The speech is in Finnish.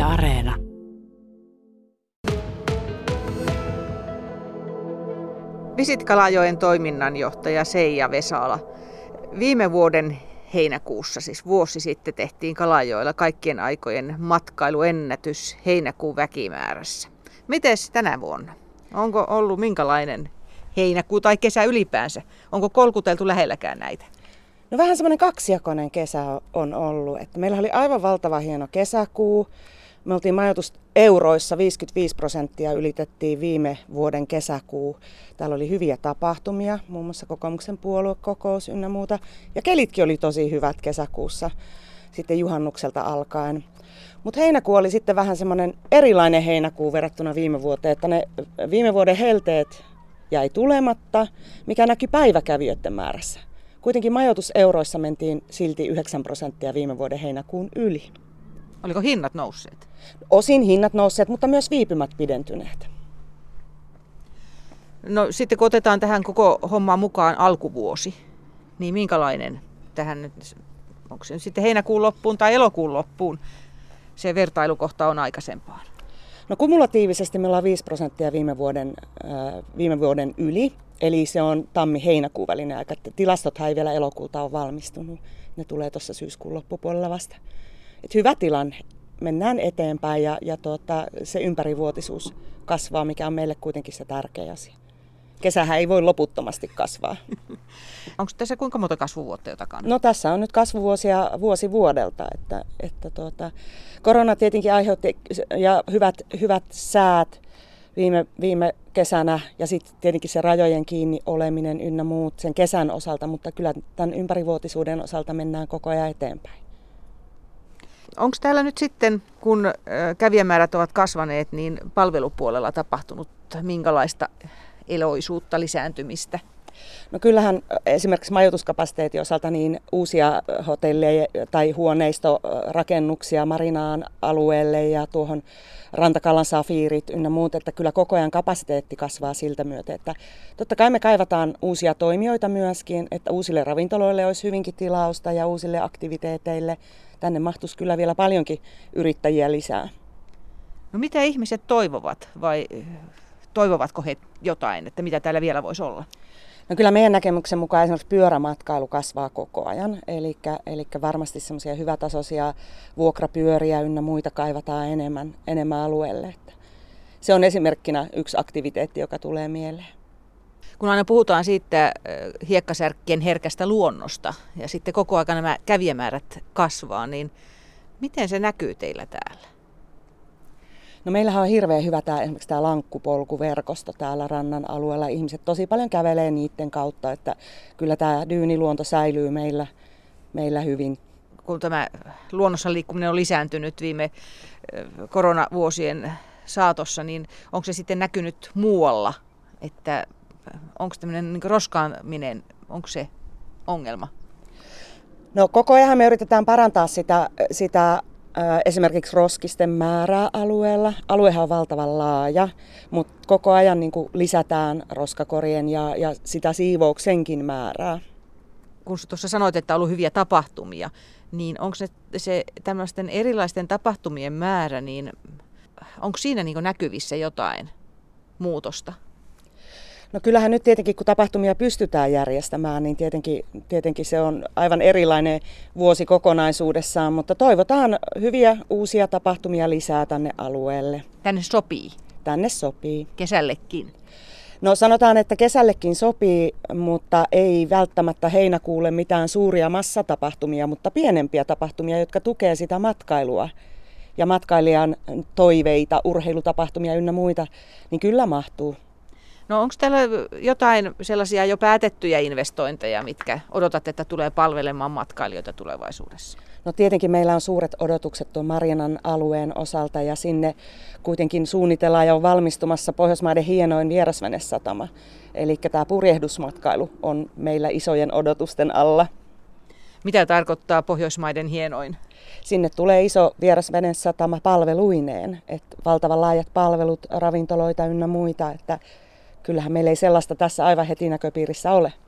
Areena. Visit Kalajoen toiminnanjohtaja Seija Vesala. Viime vuoden heinäkuussa, siis vuosi sitten, tehtiin Kalajoella kaikkien aikojen matkailuennätys heinäkuun väkimäärässä. Mites tänä vuonna? Onko ollut minkälainen heinäkuu tai kesä ylipäänsä? Onko kolkuteltu lähelläkään näitä? No vähän semmoinen kaksijakoinen kesä on ollut. Että meillä oli aivan valtava hieno kesäkuu. Me oltiin majoituseuroissa 55% ylitettiin viime vuoden kesäkuu. Täällä oli hyviä tapahtumia, muun muassa kokoomuksen puoluekokous ynnä muuta. Ja kelitkin oli tosi hyvät kesäkuussa, sitten juhannukselta alkaen. Mutta heinäkuu oli sitten vähän semmoinen erilainen heinäkuu verrattuna viime vuoteen, että ne viime vuoden helteet jäi tulematta, mikä näkyi päiväkävijöiden määrässä. Kuitenkin majoituseuroissa mentiin silti 9% viime vuoden heinäkuun yli. Oliko hinnat nousseet? Osin hinnat nousseet, mutta myös viipymät pidentyneet. No sitten kun otetaan tähän koko hommaan mukaan alkuvuosi, niin minkälainen tähän nyt, onko se sitten heinäkuun loppuun tai elokuun loppuun se vertailukohta on aikaisempaan? No kumulatiivisesti me ollaan 5% viime vuoden yli, eli se on tammi-heinäkuun välinen aika. Tilastothan ei vielä elokuulta ole valmistunut, ne tulee tuossa syyskuun loppupuolella vasta. Et hyvä tilanne, mennään eteenpäin ja se ympärivuotisuus kasvaa, mikä on meille kuitenkin se tärkeä asia. Kesähän ei voi loputtomasti kasvaa. Onko tässä kuinka monta kasvuvuotta jo takana? No tässä on nyt kasvuvuosia vuosi vuodelta. Korona tietenkin aiheutti ja hyvät säät viime kesänä ja sitten tietenkin se rajojen kiinni oleminen ynnä muut sen kesän osalta, mutta kyllä tämän ympärivuotisuuden osalta mennään koko ajan eteenpäin. Onko täällä nyt sitten, kun kävijämäärät ovat kasvaneet, niin palvelupuolella tapahtunut minkälaista eloisuutta, lisääntymistä? No kyllähän esimerkiksi majoituskapasiteetin osalta niin uusia hotelleja tai huoneistorakennuksia Marinaan alueelle ja tuohon Rantakallan safiirit ynnä muut, että kyllä koko ajan kapasiteetti kasvaa siltä myötä. Että totta kai me kaivataan uusia toimijoita myöskin, että uusille ravintoloille olisi hyvinkin tilausta ja uusille aktiviteeteille. Tänne mahtuisi kyllä vielä paljonkin yrittäjiä lisää. No mitä ihmiset toivovat vai toivovatko he jotain, että mitä täällä vielä voisi olla? No kyllä meidän näkemyksen mukaan esimerkiksi pyörämatkailu kasvaa koko ajan, eli varmasti semmoisia hyvätasoisia vuokrapyöriä ynnä muita kaivataan enemmän alueelle. Että se on esimerkkinä yksi aktiviteetti, joka tulee mieleen. Kun aina puhutaan siitä hiekkasärkkien herkästä luonnosta ja sitten koko ajan nämä kävijämäärät kasvaa, niin miten se näkyy teillä täällä? No meillähän on hirveän hyvä esimerkiksi tämä lankkupolkuverkosto täällä rannan alueella. Ihmiset tosi paljon kävelee niiden kautta, että kyllä tämä dyyniluonto säilyy meillä hyvin. Kun tämä luonnossa liikkuminen on lisääntynyt viime koronavuosien saatossa, niin onko se sitten näkynyt muualla, että onko tämmöinen niin roskaaminen, onko se ongelma? No koko ajan me yritetään parantaa sitä esimerkiksi roskisten määrää alueella. Aluehan on valtavan laaja, mutta koko ajan niin kuin lisätään roskakorien ja sitä siivouksenkin määrää. Kun tuossa sanoit, että on ollut hyviä tapahtumia, niin onko se tämmöisten erilaisten tapahtumien määrä, niin onko siinä niin kuin näkyvissä jotain muutosta? No kyllähän nyt tietenkin, kun tapahtumia pystytään järjestämään, niin tietenkin se on aivan erilainen vuosi kokonaisuudessaan, mutta toivotaan hyviä uusia tapahtumia lisää tänne alueelle. Tänne sopii? Tänne sopii. Kesällekin? No sanotaan, että kesällekin sopii, mutta ei välttämättä heinäkuulle mitään suuria massatapahtumia, mutta pienempiä tapahtumia, jotka tukee sitä matkailua ja matkailijan toiveita, urheilutapahtumia ynnä muita, niin kyllä mahtuu. No onko täällä jotain sellaisia jo päätettyjä investointeja, mitkä odotat, että tulee palvelemaan matkailijoita tulevaisuudessa? No tietenkin meillä on suuret odotukset tuon Marianan alueen osalta ja sinne kuitenkin suunnitellaan ja on valmistumassa Pohjoismaiden hienoin vierasvenesatama. Eli tämä purjehdusmatkailu on meillä isojen odotusten alla. Mitä tarkoittaa Pohjoismaiden hienoin? Sinne tulee iso vierasvenesatama palveluineen, että valtavan laajat palvelut, ravintoloita ynnä muita, että kyllähän meillä ei sellaista tässä aivan heti näköpiirissä ole.